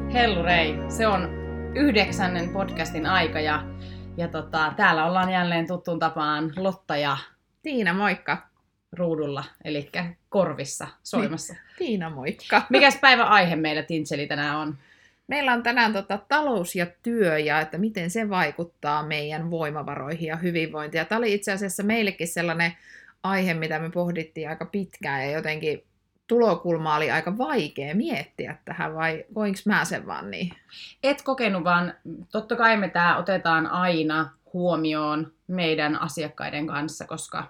Hellurei, se on 9. podcastin aika ja täällä ollaan jälleen tuttuun tapaan Lotta ja Tiina, moikka. ruudulla, eli korvissa soimassa. Tiina, moikka. Mikäs päivän aihe meillä Tintseli tänään on? Meillä on tänään talous ja työ ja että miten se vaikuttaa meidän voimavaroihin ja hyvinvointiin. Ja tämä oli itse asiassa meillekin sellainen aihe, mitä me pohdittiin aika pitkään ja jotenkin tulokulma oli aika vaikea miettiä tähän, vai voinko mä sen vaan niin? Et kokenut, vaan totta kai me tää otetaan aina huomioon meidän asiakkaiden kanssa, koska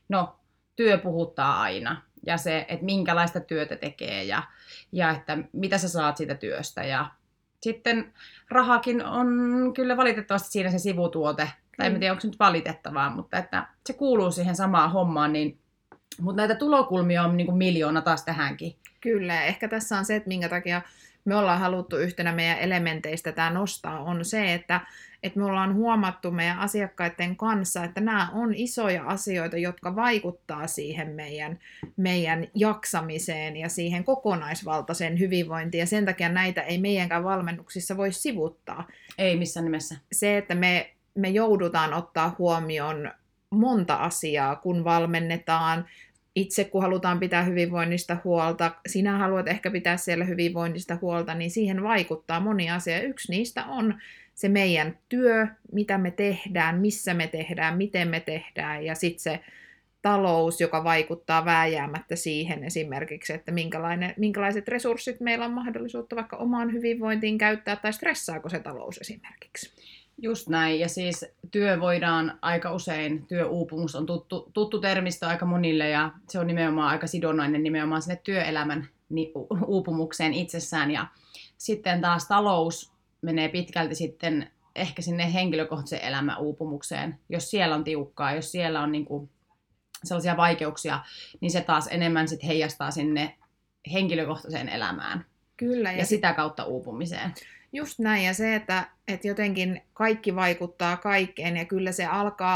työ puhuttaa aina. Ja se, että minkälaista työtä tekee ja että mitä sä saat siitä työstä. Ja sitten rahakin on kyllä valitettavasti siinä se sivutuote. Tai en tiedä, onko se nyt valitettavaa, mutta että se kuuluu siihen samaan hommaan. Mutta näitä tulokulmia on niin kuin miljoona taas tähänkin. Kyllä, ehkä tässä on se, että minkä takia me ollaan haluttu yhtenä meidän elementeistä tämä nostaa, on se, että me ollaan huomattu meidän asiakkaiden kanssa, että nämä on isoja asioita, jotka vaikuttaa siihen meidän jaksamiseen ja siihen kokonaisvaltaiseen hyvinvointiin. Ja sen takia näitä ei meidänkään valmennuksissa voi sivuttaa. Ei missään nimessä. Se, että me joudutaan ottaa huomioon monta asiaa, kun valmennetaan. Itse kun halutaan pitää hyvinvoinnista huolta, sinä haluat ehkä pitää siellä hyvinvoinnista huolta, niin siihen vaikuttaa moni asia. Yksi niistä on se meidän työ, mitä me tehdään, missä me tehdään, miten me tehdään, ja sitten se talous, joka vaikuttaa vääjäämättä siihen esimerkiksi, että minkälaiset resurssit meillä on mahdollisuutta vaikka omaan hyvinvointiin käyttää, tai stressaako se talous esimerkiksi. Just näin, ja siis työ voidaan aika usein, työuupumus on tuttu termistö aika monille, ja se on nimenomaan aika sidonnainen nimenomaan sinne työelämän uupumukseen itsessään, ja sitten taas talous menee pitkälti sitten ehkä sinne henkilökohtaisen elämän uupumukseen, jos siellä on tiukkaa, jos siellä on niinku sellaisia vaikeuksia, niin se taas enemmän sit heijastaa sinne henkilökohtaiseen elämään. Kyllä, ja sitä kautta uupumiseen. Just näin, ja se, että jotenkin kaikki vaikuttaa kaikkeen, ja kyllä se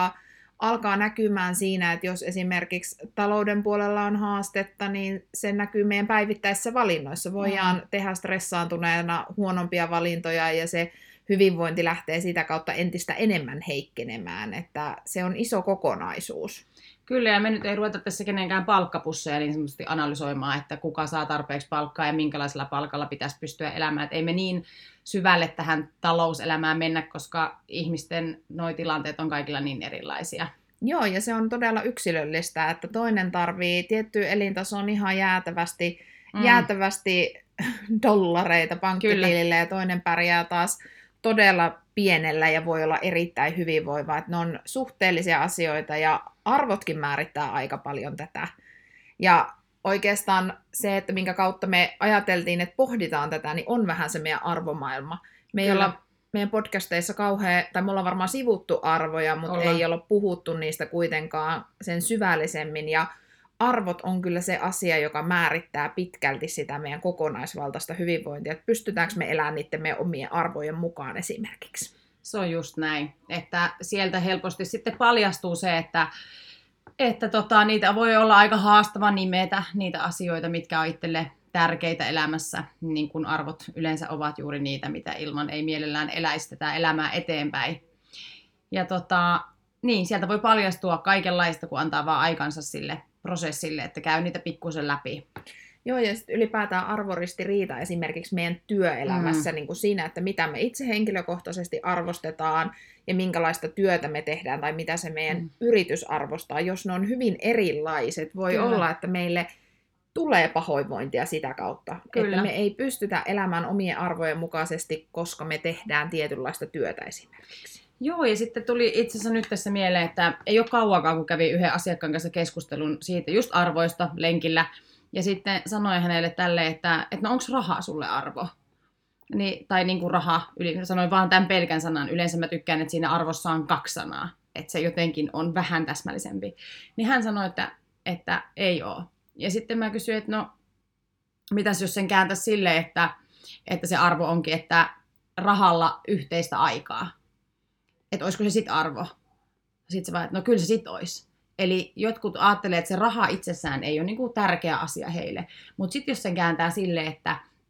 alkaa näkymään siinä, että jos esimerkiksi talouden puolella on haastetta, niin se näkyy meidän päivittäisissä valinnoissa. Voidaan tehdä stressaantuneena huonompia valintoja, ja se hyvinvointi lähtee sitä kautta entistä enemmän heikkenemään, että se on iso kokonaisuus. Kyllä, ja me nyt ei ruveta tässä kenenkään palkkapusseja niin sanotusti analysoimaan, että kuka saa tarpeeksi palkkaa ja minkälaisella palkalla pitäisi pystyä elämään. Et ei me niin syvälle tähän talouselämään mennä, koska ihmisten nuo tilanteet on kaikilla niin erilaisia. Joo, ja se on todella yksilöllistä, että toinen tarvii tiettyä elintasoon ihan jäätävästi dollareita pankkitilille, ja toinen pärjää taas todella pienellä ja voi olla erittäin hyvinvoiva. Että ne on suhteellisia asioita ja arvotkin määrittää aika paljon tätä. Ja oikeastaan se, että minkä kautta me ajateltiin, että pohditaan tätä, niin on vähän se meidän arvomaailma. Me ei olla meidän podcasteissa me ollaan varmaan sivuttu arvoja, mutta ei olla puhuttu niistä kuitenkaan sen syvällisemmin. Ja arvot on kyllä se asia, joka määrittää pitkälti sitä meidän kokonaisvaltaista hyvinvointia, että pystytäänkö me elämään niiden meidän omien arvojen mukaan esimerkiksi. Se on just näin, että sieltä helposti sitten paljastuu se, että niitä voi olla aika haastava nimetä, niitä asioita, mitkä on itselle tärkeitä elämässä, niin kuin arvot yleensä ovat juuri niitä, mitä ilman ei mielellään eläisi tätä elämää eteenpäin. Ja niin, sieltä voi paljastua kaikenlaista, kun antaa vaan aikansa sille prosessille, että käy niitä pikkusen läpi. Joo, ja sitten ylipäätään arvoristiriita esimerkiksi meidän työelämässä niin kuin siinä, että mitä me itse henkilökohtaisesti arvostetaan ja minkälaista työtä me tehdään tai mitä se meidän yritys arvostaa. Jos ne on hyvin erilaiset, voi olla, että meille tulee pahoinvointia sitä kautta. Kyllä. Että me ei pystytä elämään omien arvojen mukaisesti, koska me tehdään tietynlaista työtä esimerkiksi. Joo, ja sitten tuli itse asiassa nyt tässä mieleen, että ei ole kauankaan, kun kävin yhden asiakkaan kanssa keskustelun siitä just arvoista lenkillä. Ja sitten sanoin hänelle tälle, että no onko raha sulle arvo? Tai niin kuin raha, sanoin vaan tämän pelkän sanan. Yleensä mä tykkään, että siinä arvossa on 2 sanaa. Että se jotenkin on vähän täsmällisempi. Niin hän sanoi, että ei ole. Ja sitten mä kysyin, että no mitäs jos sen kääntäisi silleen, että se arvo onkin, että rahalla yhteistä aikaa. Että olisiko se sit arvo? Sitten se vaan, että no kyllä se sit olisi. Eli jotkut ajattelee, että se raha itsessään ei ole niin kuin tärkeä asia heille. Mutta sitten jos sen kääntää silleen, että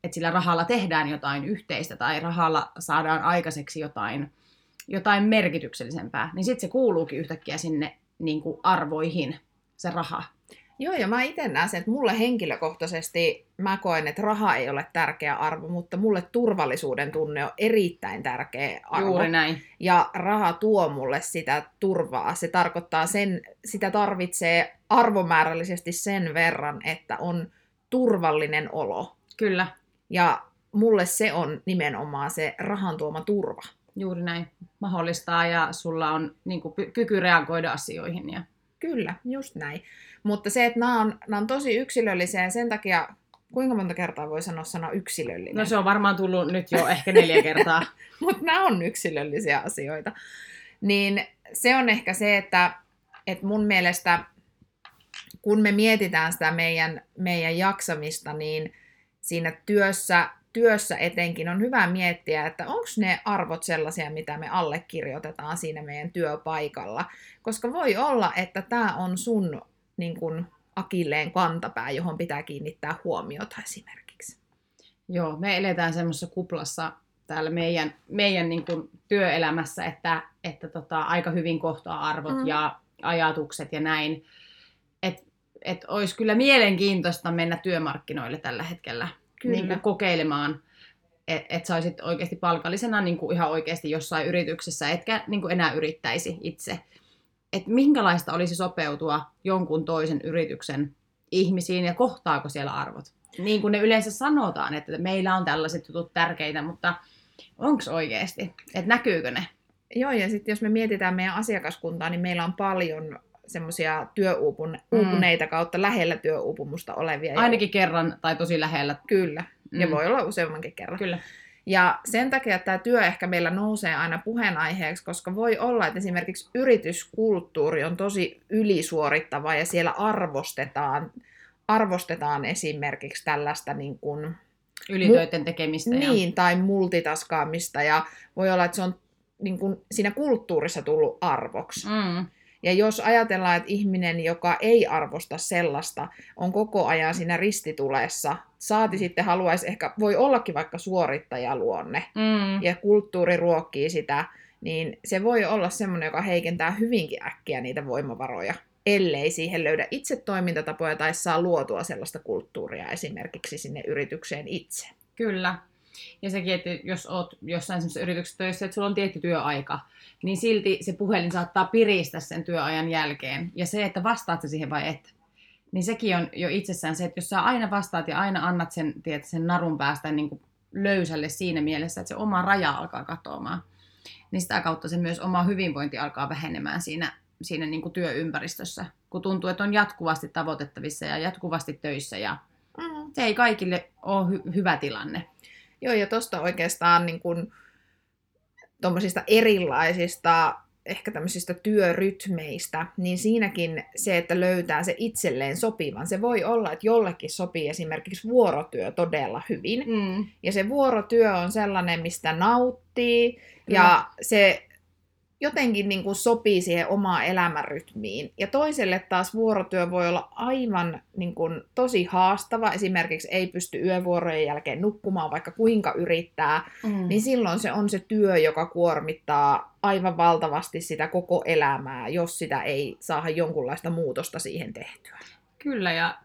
sillä rahalla tehdään jotain yhteistä tai rahalla saadaan aikaiseksi jotain merkityksellisempää, niin sitten se kuuluukin yhtäkkiä sinne niin kuin arvoihin, se raha. Joo, ja mä itse näen sen, että mulle henkilökohtaisesti mä koen, että raha ei ole tärkeä arvo, mutta mulle turvallisuuden tunne on erittäin tärkeä arvo. Juuri näin. Ja raha tuo mulle sitä turvaa. Se tarkoittaa sitä tarvitsee arvomäärällisesti sen verran, että on turvallinen olo. Kyllä. Ja mulle se on nimenomaan se rahan tuoma turva. Juuri näin. Mahdollistaa ja sulla on niin kuin, kyky reagoida asioihin. Ja... Kyllä, just näin. Mutta se, että nämä on tosi yksilöllisiä ja sen takia, kuinka monta kertaa voi sanoa sana yksilöllinen? No se on varmaan tullut nyt jo ehkä 4 kertaa. Mutta nämä on yksilöllisiä asioita. Niin se on ehkä se, että mun mielestä, kun me mietitään sitä meidän jaksamista, niin siinä työssä etenkin on hyvä miettiä, että onko ne arvot sellaisia, mitä me allekirjoitetaan siinä meidän työpaikalla. Koska voi olla, että tämä on sun niin kun, akilleen kantapää, johon pitää kiinnittää huomiota esimerkiksi. Joo, me eletään semmoisessa kuplassa täällä meidän niin kuin työelämässä, että aika hyvin kohtaa arvot ja ajatukset ja näin. Että olisi kyllä mielenkiintoista mennä työmarkkinoille tällä hetkellä niin kuin kokeilemaan, että sä olisit oikeasti palkallisena niin kuin ihan oikeasti jossain yrityksessä, etkä niin kuin enää yrittäisi itse. Että minkälaista olisi sopeutua jonkun toisen yrityksen ihmisiin ja kohtaako siellä arvot. Niin kuin ne yleensä sanotaan, että meillä on tällaiset jutut tärkeitä, mutta onko oikeasti? Että näkyykö ne? Joo, ja sitten jos me mietitään meidän asiakaskuntaa, niin meillä on paljon semmoisia työuupuneita kautta lähellä työuupumusta olevia. Ainakin kerran tai tosi lähellä. Kyllä, ja voi olla useammankin kerran. Kyllä. Ja sen takia tämä työ ehkä meillä nousee aina puheenaiheeksi, koska voi olla, että esimerkiksi yrityskulttuuri on tosi ylisuorittava ja siellä arvostetaan esimerkiksi tällaista niin kuin ylitöiden tekemistä. Niin, tai multitaskaamista ja voi olla, että se on niin kuin siinä kulttuurissa tullut arvoksi. Ja jos ajatellaan, että ihminen, joka ei arvosta sellaista, on koko ajan siinä ristitulessa, saati sitten haluaisi ehkä, voi ollakin vaikka suorittajaluonne, ja kulttuuri ruokkii sitä, niin se voi olla semmoinen, joka heikentää hyvinkin äkkiä niitä voimavaroja, ellei siihen löydä itse toimintatapoja tai saa luotua sellaista kulttuuria esimerkiksi sinne yritykseen itse. Kyllä. Ja sekin, että jos olet jossain semmoisessa yrityksessä töissä, että sulla on tietty työaika, niin silti se puhelin saattaa piristä sen työajan jälkeen. Ja se, että vastaat sä siihen vai et, niin sekin on jo itsessään se, että jos sä aina vastaat ja aina annat sen narun päästä niin kuin löysälle siinä mielessä, että se oma raja alkaa katoamaan, niin sitä kautta se myös oma hyvinvointi alkaa vähenemään siinä niin kuin työympäristössä, kun tuntuu, että on jatkuvasti tavoitettavissa ja jatkuvasti töissä ja se ei kaikille ole hyvä tilanne. Joo, ja tuosta oikeastaan niin kun, tuommoisista erilaisista, ehkä tämmöisistä työrytmeistä, niin siinäkin se, että löytää se itselleen sopivan. Se voi olla, että jollekin sopii esimerkiksi vuorotyö todella hyvin. Ja se vuorotyö on sellainen, mistä nauttii, ja se jotenkin niin kuin sopii siihen omaan elämänrytmiin. Ja toiselle taas vuorotyö voi olla aivan niin kuin tosi haastava. Esimerkiksi ei pysty yövuorojen jälkeen nukkumaan, vaikka kuinka yrittää. Niin silloin se on se työ, joka kuormittaa aivan valtavasti sitä koko elämää, jos sitä ei saada jonkunlaista muutosta siihen tehtyä. Kyllä, ja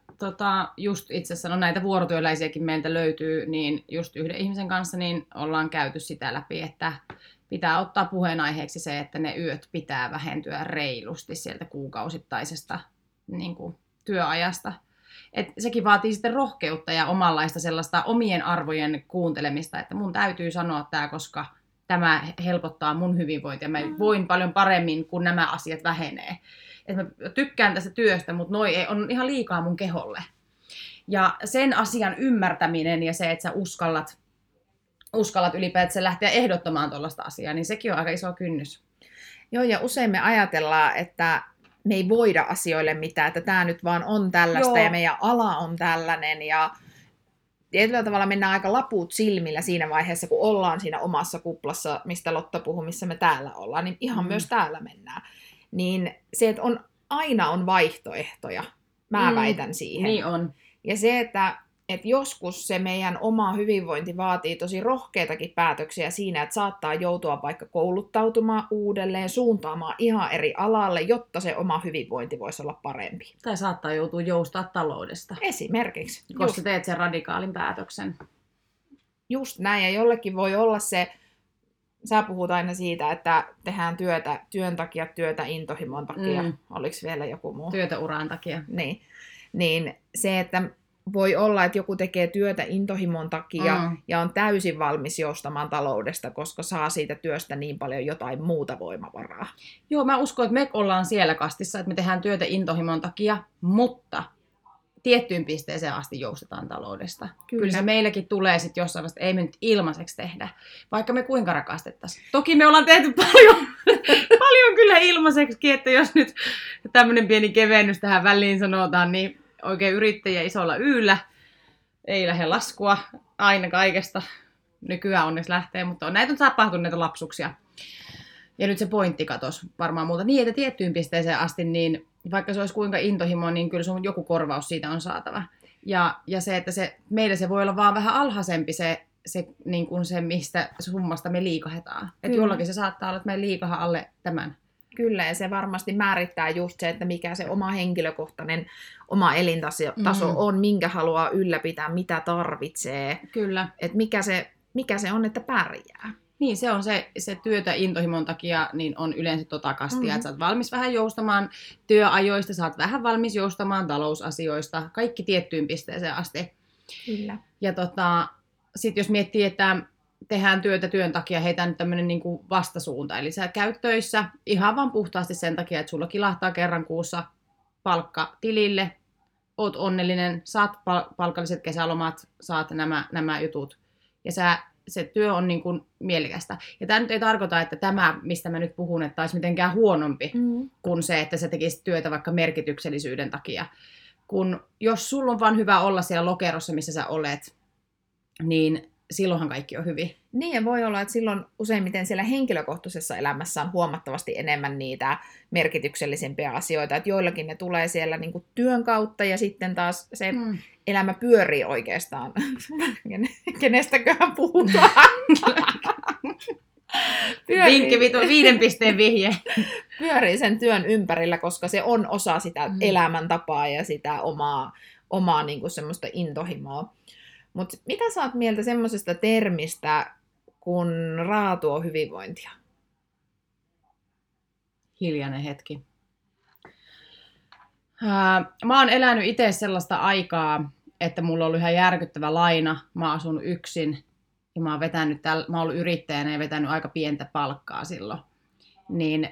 just itse asiassa näitä vuorotyöläisiäkin meiltä löytyy, niin just yhden ihmisen kanssa niin ollaan käyty sitä läpi, että pitää ottaa puheenaiheeksi se, että ne yöt pitää vähentyä reilusti sieltä kuukausittaisesta niin kuin, työajasta. Et sekin vaatii sitten rohkeutta ja omanlaista sellaista omien arvojen kuuntelemista, että mun täytyy sanoa tämä, koska tämä helpottaa mun hyvinvointia. Mä voin paljon paremmin, kun nämä asiat vähenee. Et mä tykkään tästä työstä, mutta noi on ihan liikaa mun keholle. Ja sen asian ymmärtäminen ja se, että sä uskallat ylipäätään lähteä ehdottamaan tuollaista asiaa, niin sekin on aika iso kynnys. Joo, ja usein me ajatellaan, että me ei voida asioille mitään, että tämä nyt vaan on tällaista ja meidän ala on tällainen. Ja tietyllä tavalla mennään aika laput silmillä siinä vaiheessa, kun ollaan siinä omassa kuplassa, mistä Lotta puhui, missä me täällä ollaan, niin ihan myös täällä mennään. Niin se, että aina on vaihtoehtoja, mä väitän siihen. Niin on. Ja se, että että joskus se meidän oma hyvinvointi vaatii tosi rohkeitakin päätöksiä siinä, että saattaa joutua vaikka kouluttautumaan uudelleen, suuntaamaan ihan eri alalle, jotta se oma hyvinvointi voisi olla parempi. Tai saattaa joutua joustaa taloudesta. Esimerkiksi. Koska teet sen radikaalin päätöksen. Just näin, ja jollekin voi olla se, sä puhut aina siitä, että tehdään työtä työn takia, työtä intohimon takia. Oliko vielä joku muu? Työtä uran takia. Niin se, että voi olla, että joku tekee työtä intohimon takia ja on täysin valmis joustamaan taloudesta, koska saa siitä työstä niin paljon jotain muuta voimavaraa. Joo, mä uskon, että me ollaan siellä kastissa, että me tehdään työtä intohimon takia, mutta tiettyyn pisteeseen asti joustetaan taloudesta. Kyllä se meilläkin tulee sitten jossain vaiheessa, ei me nyt ilmaiseksi tehdä, vaikka me kuinka rakastettaisiin. Toki me ollaan tehty paljon kyllä ilmaiseksi, että jos nyt tämmöinen pieni kevennys tähän väliin sanotaan, niin oikein yrittäjä isolla yllä, ei lähde laskua aina kaikesta. Nykyään onneksi lähtee, mutta näitä on tapahtunut näitä lapsuksia. Ja nyt se pointti katosi varmaan muuta niin, että tiettyyn pisteeseen asti, niin vaikka se olisi kuinka intohimo, niin kyllä sun joku korvaus siitä on saatava. Ja se, että meillä se voi olla vaan vähän alhaisempi se, niin kuin se mistä summasta me liikahetaan. Että jollakin se saattaa olla, että me liikaha alle tämän. Kyllä, ja se varmasti määrittää just se, että mikä se oma henkilökohtainen oma elintaso on, minkä haluaa ylläpitää, mitä tarvitsee. Kyllä. Että mikä se on, että pärjää. Niin, se on se työtä intohimon takia, niin on yleensä kastia, että sä oot valmis vähän joustamaan työajoista, sä oot vähän valmis joustamaan talousasioista, kaikki tiettyyn pisteeseen asti. Kyllä. Ja sitten jos miettii, että tehdään työtä työn takia, heitään nyt tämmöinen niin kuin vastasuunta, eli sä käyt töissä ihan vaan puhtaasti sen takia, että sulla kilahtaa kerran kuussa palkka tilille, oot onnellinen, saat palkalliset kesälomat, saat nämä jutut, ja se työ on niin kuin mielekästä. Ja tämä nyt ei tarkoita, että tämä, mistä mä nyt puhun, että olisi mitenkään huonompi kuin se, että sä tekisit työtä vaikka merkityksellisyyden takia. Kun jos sulla on vaan hyvä olla siellä lokerossa, missä sä olet, niin silloinhan kaikki on hyvin. Niin, ja voi olla, että silloin useimmiten siellä henkilökohtaisessa elämässä on huomattavasti enemmän niitä merkityksellisempiä asioita, että joillakin ne tulee siellä niin kuin työn kautta, ja sitten taas se elämä pyörii oikeastaan. Kenestäköhän puhutaan? Vinkki 5 pisteen vihje. Pyörii sen työn ympärillä, koska se on osa sitä elämäntapaa ja sitä omaa niin kuin semmoista intohimoa. Mutta mitä sä oot mieltä semmoisesta termistä, kun raha tuo hyvinvointia? Hiljainen hetki. Mä oon elänyt itse sellaista aikaa, että mulla on ollut ihan järkyttävä laina. Mä oon asunut yksin ja mä oon ollut yrittäjänä ja vetänyt aika pientä palkkaa silloin. Niin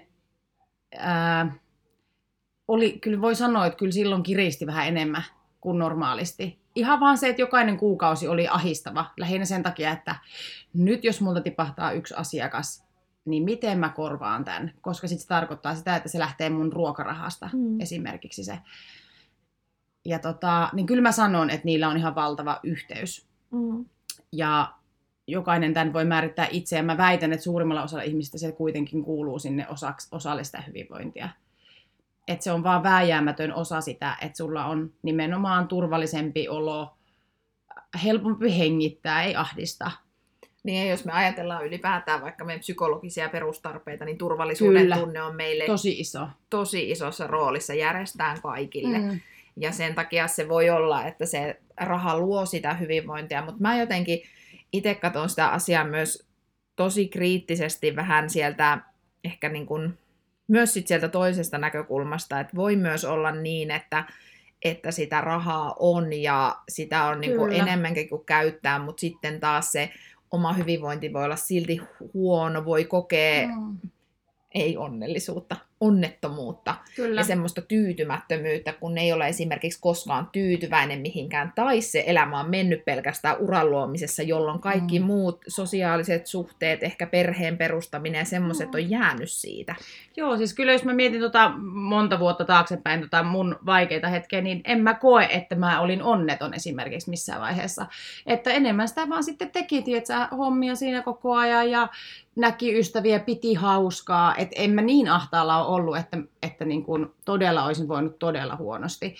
kyllä voi sanoa, että kyllä silloin kiristi vähän enemmän kuin normaalisti. Ihan vaan se, että jokainen kuukausi oli ahistava. Lähinnä sen takia, että nyt jos multa tipahtaa yksi asiakas, niin miten mä korvaan tämän? Koska sitten se tarkoittaa sitä, että se lähtee mun ruokarahasta esimerkiksi se. Ja niin kyllä mä sanon, että niillä on ihan valtava yhteys. Ja jokainen tämän voi määrittää itse. Ja mä väitän, että suurimmalla osalla ihmistä se kuitenkin kuuluu sinne osalle sitä hyvinvointia. Että se on vaan vääjäämätön osa sitä, että sulla on nimenomaan turvallisempi olo, helpompi hengittää, ei ahdista. Niin, ja jos me ajatellaan ylipäätään vaikka meidän psykologisia perustarpeita, niin turvallisuuden tunne on meille tosi isossa roolissa, järjestään kaikille. Ja sen takia se voi olla, että se raha luo sitä hyvinvointia, mutta mä jotenkin itse katson sitä asiaa myös tosi kriittisesti vähän sieltä ehkä niin kuin myös sit sieltä toisesta näkökulmasta, että voi myös olla niin, että sitä rahaa on ja sitä on niin kuin enemmänkin kuin käyttää, mutta sitten taas se oma hyvinvointi voi olla silti huono, voi kokea ei onnellisuutta, onnettomuutta ja semmoista tyytymättömyyttä, kun ei ole esimerkiksi koskaan tyytyväinen mihinkään, tai se elämä on mennyt pelkästään uran luomisessa, jolloin kaikki muut sosiaaliset suhteet, ehkä perheen perustaminen ja semmoiset on jäänyt siitä. Joo, siis kyllä jos mä mietin monta vuotta taaksepäin mun vaikeita hetkeä, niin en mä koe, että mä olin onneton esimerkiksi missään vaiheessa. Että enemmän sitä vaan sitten teki, tietsä, hommia siinä koko ajan ja näki ystäviä, piti hauskaa. Että en mä niin ahtaalla ole ollut, että niin kuin todella olisin voinut todella huonosti.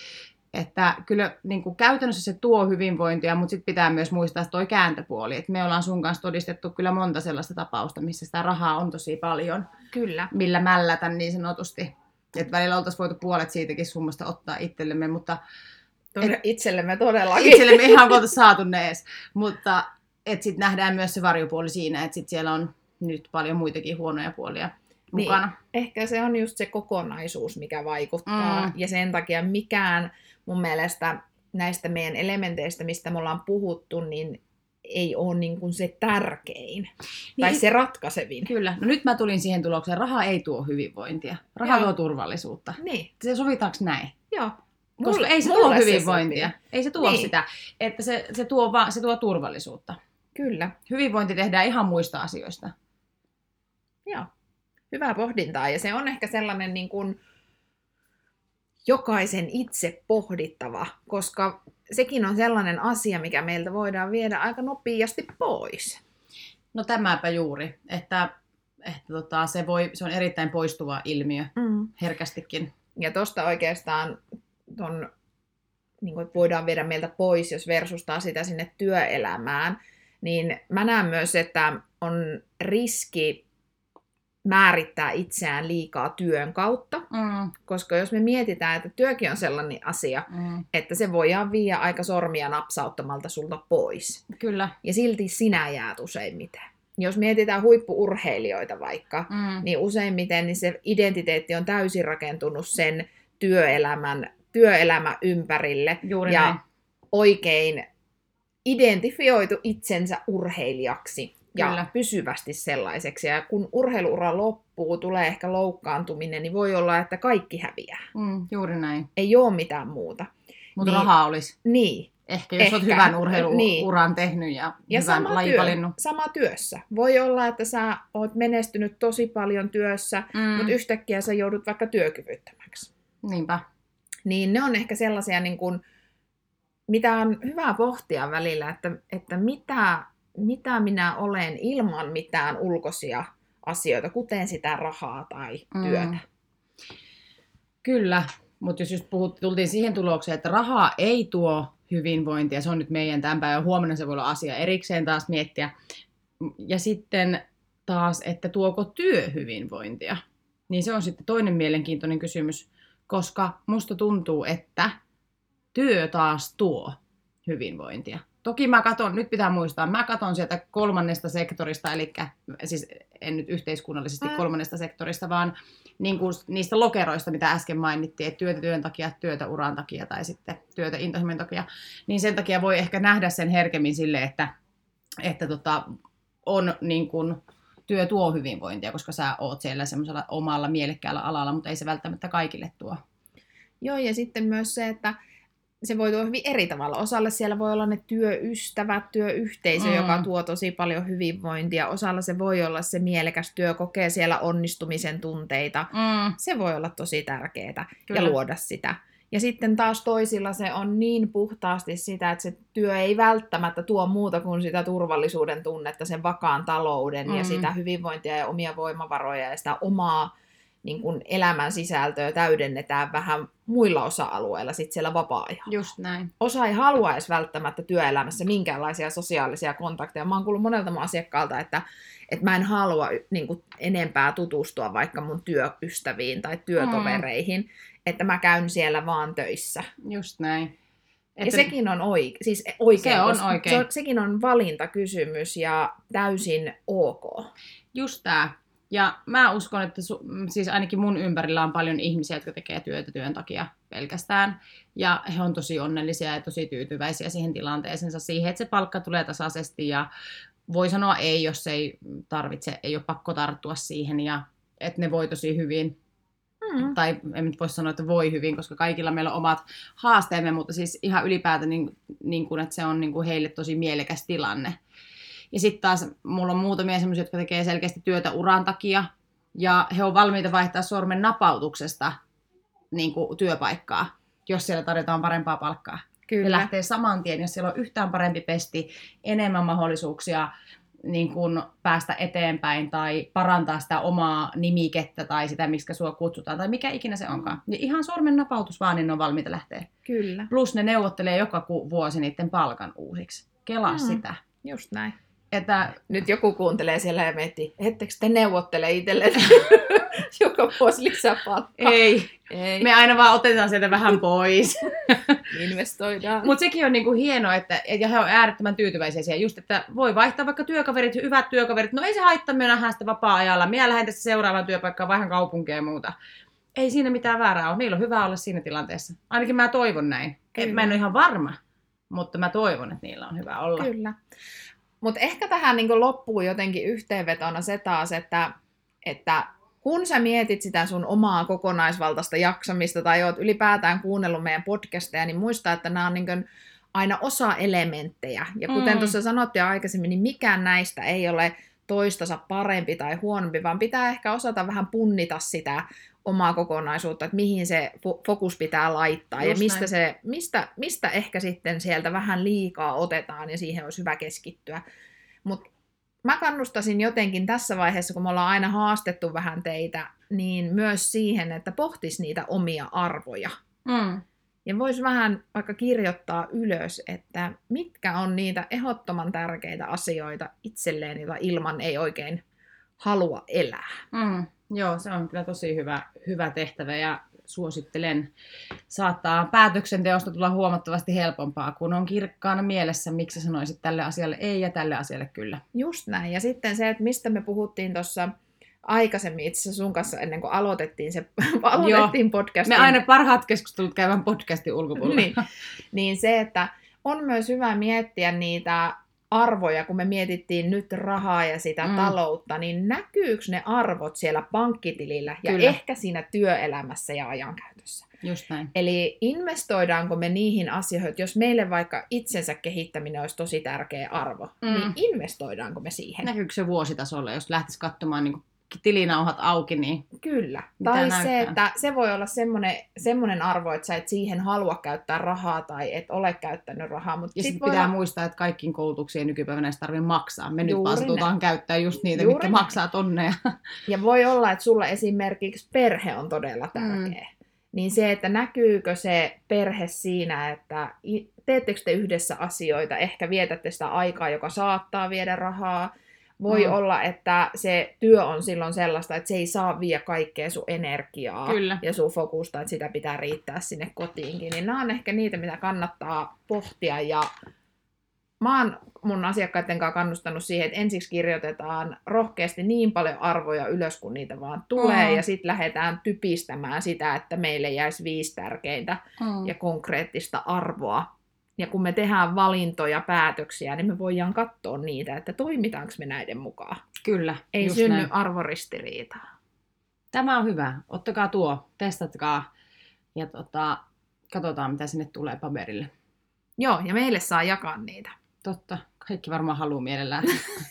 Että kyllä niin kuin käytännössä se tuo hyvinvointia, mutta sitten pitää myös muistaa toi kääntöpuoli. Että me ollaan sun kanssa todistettu kyllä monta sellaista tapausta, missä sitä rahaa on tosi paljon. Kyllä. Millä mällätä niin sanotusti. Että välillä oltaisiin voitu puolet siitäkin summasta ottaa itsellemme, mutta... Itsellemme todellakin. Itsellemme ihan kun oltaisiin saatu ne edes. Mutta sitten nähdään myös se varjopuoli siinä, että sit siellä on nyt paljon muitakin huonoja puolia mukana. Niin, ehkä se on just se kokonaisuus, mikä vaikuttaa. Ja sen takia mikään mun mielestä näistä meidän elementeistä, mistä me ollaan puhuttu, niin ei ole niin kuin se tärkein. Niin, tai se ratkaisevin. Kyllä. No nyt mä tulin siihen tulokseen. Raha ei tuo hyvinvointia. Raha tuo turvallisuutta. Niin. Se sovitaanko näin? Joo. Koska ei se tuo hyvinvointia. Ei se tuo sitä. Että se tuo turvallisuutta. Kyllä. Hyvinvointi tehdään ihan muista asioista. Joo. Hyvää pohdintaa. Ja se on ehkä sellainen niin kuin jokaisen itse pohdittava, koska sekin on sellainen asia, mikä meiltä voidaan viedä aika nopeasti pois. No tämäpä juuri, että se on erittäin poistuva ilmiö herkästikin. Ja tuosta oikeastaan niin kuin voidaan viedä meiltä pois, jos versustaa sitä sinne työelämään, niin mä näen myös, että on riski määrittää itseään liikaa työn kautta, koska jos me mietitään, että työkin on sellainen asia, että se voidaan viedä aika sormia napsauttamalta sulta pois. Kyllä. Ja silti sinä jäät useimmiten. Jos mietitään huippu-urheilijoita vaikka, niin useimmiten niin se identiteetti on täysin rakentunut sen työelämän ympärille. Juuri ja näin. Oikein identifioitu itsensä urheilijaksi. Ja Kyllä. pysyvästi sellaiseksi. Ja kun urheiluura loppuu, tulee ehkä loukkaantuminen, niin voi olla, että kaikki häviää. Juuri näin. Ei ole mitään muuta. Mutta rahaa olisi. Niin. Ehkä jos olet hyvän urheiluuran tehnyt ja hyvän lajin valinnut. Sama työssä. Voi olla, että sä oot menestynyt tosi paljon työssä, mutta yhtäkkiä sä joudut vaikka työkyvyttömäksi. Niinpä. Niin ne on ehkä sellaisia, niin kuin, mitä on hyvä pohtia välillä, että mitä minä olen ilman mitään ulkoisia asioita, kuten sitä rahaa tai työtä. Kyllä, mutta jos just tultiin siihen tulokseen, että rahaa ei tuo hyvinvointia, se on nyt meidän tämän päivän, huomenna se voi olla asia erikseen taas miettiä. Ja sitten taas, että tuoko työ hyvinvointia, niin se on sitten toinen mielenkiintoinen kysymys, koska musta tuntuu, että työ taas tuo hyvinvointia. Toki nyt pitää muistaa, mä katon sieltä kolmannesta sektorista, eli siis en nyt yhteiskunnallisesti kolmannesta sektorista, vaan niin kuin niistä lokeroista, mitä äsken mainittiin, että työtä työn takia, työtä uran takia tai sitten työtä intohimojen takia, niin sen takia voi ehkä nähdä sen herkemmin sille, että on niin kuin, työ tuo hyvinvointia, koska sä oot siellä semmoisella omalla mielekkäällä alalla, mutta ei se välttämättä kaikille tuo. Joo, ja sitten myös se, että se voi tuoda hyvin eri tavalla. Osalle siellä voi olla ne työystävät, työyhteisö, joka tuo tosi paljon hyvinvointia. Osalla se voi olla se mielekäs työ, kokee siellä onnistumisen tunteita. Se voi olla tosi tärkeää ja luoda sitä. Ja sitten taas toisilla se on niin puhtaasti sitä, että se työ ei välttämättä tuo muuta kuin sitä turvallisuuden tunnetta, sen vakaan talouden ja sitä hyvinvointia ja omia voimavaroja ja sitä omaa niin kun elämän sisältöä täydennetään vähän muilla osa-alueilla sit siellä vapaa-ajalla. Just näin. Osa ei halua edes välttämättä työelämässä minkäänlaisia sosiaalisia kontakteja. Mä oon kuullut monelta mun asiakkaalta, että mä en halua niin kun enempää tutustua vaikka mun työystäviin tai työtovereihin, että mä käyn siellä vaan töissä. Just näin. Ja sekin on oikein. Se on oikein. Sekin on valintakysymys ja täysin ok. Just tää. Ja mä uskon, että siis ainakin mun ympärillä on paljon ihmisiä, jotka tekee työtä työn takia pelkästään. Ja he on tosi onnellisia ja tosi tyytyväisiä siihen tilanteeseensa, siihen, että se palkka tulee tasaisesti. Ja voi sanoa ei, jos ei tarvitse, ei ole pakko tarttua siihen. Ja että ne voi tosi hyvin. Tai en nyt voi sanoa, että voi hyvin, koska kaikilla meillä on omat haasteemme, mutta siis ihan ylipäätään, niin kuin, että se on niin kuin heille tosi mielekäs tilanne. Ja sitten taas mulla on muutamia semmoisia, jotka tekee selkeästi työtä uran takia, ja he on valmiita vaihtaa sormen napautuksesta niin kuin työpaikkaa, jos siellä tarjotaan parempaa palkkaa. Kyllä. Ja lähtee saman tien, jos siellä on yhtään parempi pesti, enemmän mahdollisuuksia niin kun päästä eteenpäin tai parantaa sitä omaa nimikettä tai sitä, miksi sua kutsutaan tai mikä ikinä se onkaan. Ja ihan sormen napautus vaan, niin ne on valmiita lähteä. Kyllä. Plus ne neuvottelee joka vuosi niiden palkan uusiksi. Kelaa sitä. Just näin. Että nyt joku kuuntelee siellä ja miettii, ettekö te neuvottele itselleen joka vuosi lisäpalkkaa? Ei. Me aina vaan otetaan sieltä vähän pois. Investoidaan. Mutta sekin on niinku hienoa, että ja he on äärettömän tyytyväisiä siihen. Just, että voi vaihtaa vaikka työkaverit, hyvät työkaverit. No ei se haittaa, me nähdään sitä vapaa-ajalla. Minä lähden tässä seuraavaan työpaikkaan, vaihan kaupunkia ja muuta. Ei siinä mitään väärää ole. Niillä on hyvä olla siinä tilanteessa. Ainakin mä toivon näin. Mä en ole ihan varma, mutta mä toivon, että niillä on hyvä olla. Kyllä. Mutta ehkä tähän niin loppuu jotenkin yhteenvetona se taas, että kun sä mietit sitä sun omaa kokonaisvaltaista jaksamista tai oot ylipäätään kuunnellut meidän podcasteja, niin muista, että nämä on niin aina osa-elementtejä. Ja kuten tuossa sanottiin aikaisemmin, niin mikään näistä ei ole toistansa parempi tai huonompi, vaan pitää ehkä osata vähän punnita sitä omaa kokonaisuutta, että mihin se fokus pitää laittaa just ja mistä ehkä sitten sieltä vähän liikaa otetaan ja siihen olisi hyvä keskittyä. Mutta mä kannustaisin jotenkin tässä vaiheessa, kun me ollaan aina haastettu vähän teitä, niin myös siihen, että pohtis niitä omia arvoja. Ja vois vähän vaikka kirjoittaa ylös, että mitkä on niitä ehdottoman tärkeitä asioita itselleen, joita ilman ei oikein halua elää. Joo, se on kyllä tosi hyvä tehtävä ja suosittelen. Saattaa päätöksenteosta tulla huomattavasti helpompaa, kun on kirkkaana mielessä, miksi sanoisit tälle asialle ei ja tälle asialle kyllä. Just näin. Ja sitten se, että mistä me puhuttiin tuossa aikaisemmin itse asiassa sun kanssa ennen kuin aloitettiin podcastin. Me aina parhaat keskustelut käyvän podcastin ulkopuolella. niin se, että on myös hyvä miettiä niitä arvoja, kun me mietittiin nyt rahaa ja sitä taloutta, niin näkyykö ne arvot siellä pankkitilillä ja Kyllä. ehkä siinä työelämässä ja ajankäytössä? Just näin. Eli investoidaanko me niihin asioihin, että jos meille vaikka itsensä kehittäminen olisi tosi tärkeä arvo, niin investoidaanko me siihen? Näkyykö se vuositasolla, jos lähtisi katsomaan niin tilinauhat auki, niin kyllä. mitä Tai näyttää? se, että se voi olla semmoinen arvo, että sä et siihen halua käyttää rahaa tai et ole käyttänyt rahaa. Mutta ja sitten pitää muistaa, että kaikkiin koulutuksiin nykypäivänä ei tarvitse maksaa. Me nyt Juuri vaan satutaan käyttää just niitä, mitkä maksaa tonneja. Ja voi olla, että sulla esimerkiksi perhe on todella tärkeä. Niin se, että näkyykö se perhe siinä, että teettekö te yhdessä asioita, ehkä vietätte sitä aikaa, joka saattaa viedä rahaa. Voi olla, että se työ on silloin sellaista, että se ei saa vie kaikkea sun energiaa Kyllä. ja sun fokusta, että sitä pitää riittää sinne kotiinkin. Niin nämä on ehkä niitä, mitä kannattaa pohtia. Ja mä oon mun asiakkaiden kanssa kannustanut siihen, että ensiksi kirjoitetaan rohkeasti niin paljon arvoja ylös, kun niitä vaan tulee. Ja sitten lähdetään typistämään sitä, että meille jäisi 5 tärkeintä ja konkreettista arvoa. Ja kun me tehdään valintoja, päätöksiä, niin me voidaan katsoa niitä, että toimitaanko me näiden mukaan. Kyllä. Ei synny arvoristiriitaa. Tämä on hyvä. Ottakaa tuo, testatkaa ja katsotaan, mitä sinne tulee paperille. Joo, ja meille saa jakaa niitä. Totta. Kaikki varmaan haluaa mielellään.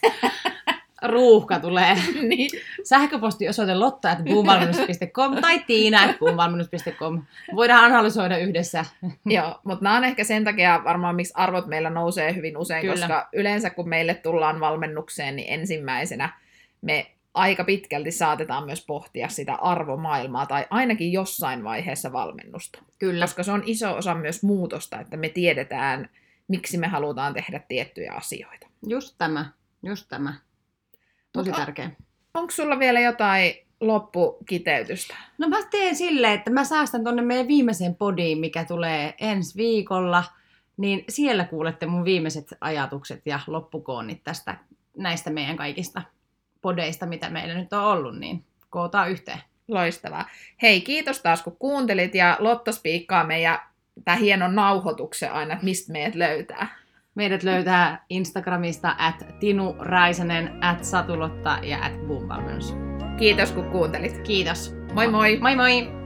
Ruuhka tulee. Niin. Sähköpostiosoite lotta@boomvalmennus.com tai tiina@boomvalmennus.com. Voidaan analysoida yhdessä. Joo, mutta nämä on ehkä sen takia varmaan, miksi arvot meillä nousee hyvin usein, Kyllä. koska yleensä kun meille tullaan valmennukseen, niin ensimmäisenä me aika pitkälti saatetaan myös pohtia sitä arvomaailmaa tai ainakin jossain vaiheessa valmennusta. Kyllä. Koska se on iso osa myös muutosta, että me tiedetään, miksi me halutaan tehdä tiettyjä asioita. Just tämä. Tosi tärkeä. Onko sulla vielä jotain loppukiteytystä? No mä teen silleen, että mä säästän tonne meidän viimeiseen podiin, mikä tulee ensi viikolla. Niin siellä kuulette mun viimeiset ajatukset ja loppukoonnit näistä meidän kaikista podeista, mitä meillä nyt on ollut, niin kootaan yhteen. Loistavaa. Hei, kiitos taas kun kuuntelit ja Lotta spiikkaa meidän tää hienon nauhoituksen aina, että mistä meidät löytää. Meidät löytää Instagramista @tinuraisanen, @satulotta ja @boomvalmennus. Kiitos kun kuuntelit. Kiitos. Moi moi! Moi moi!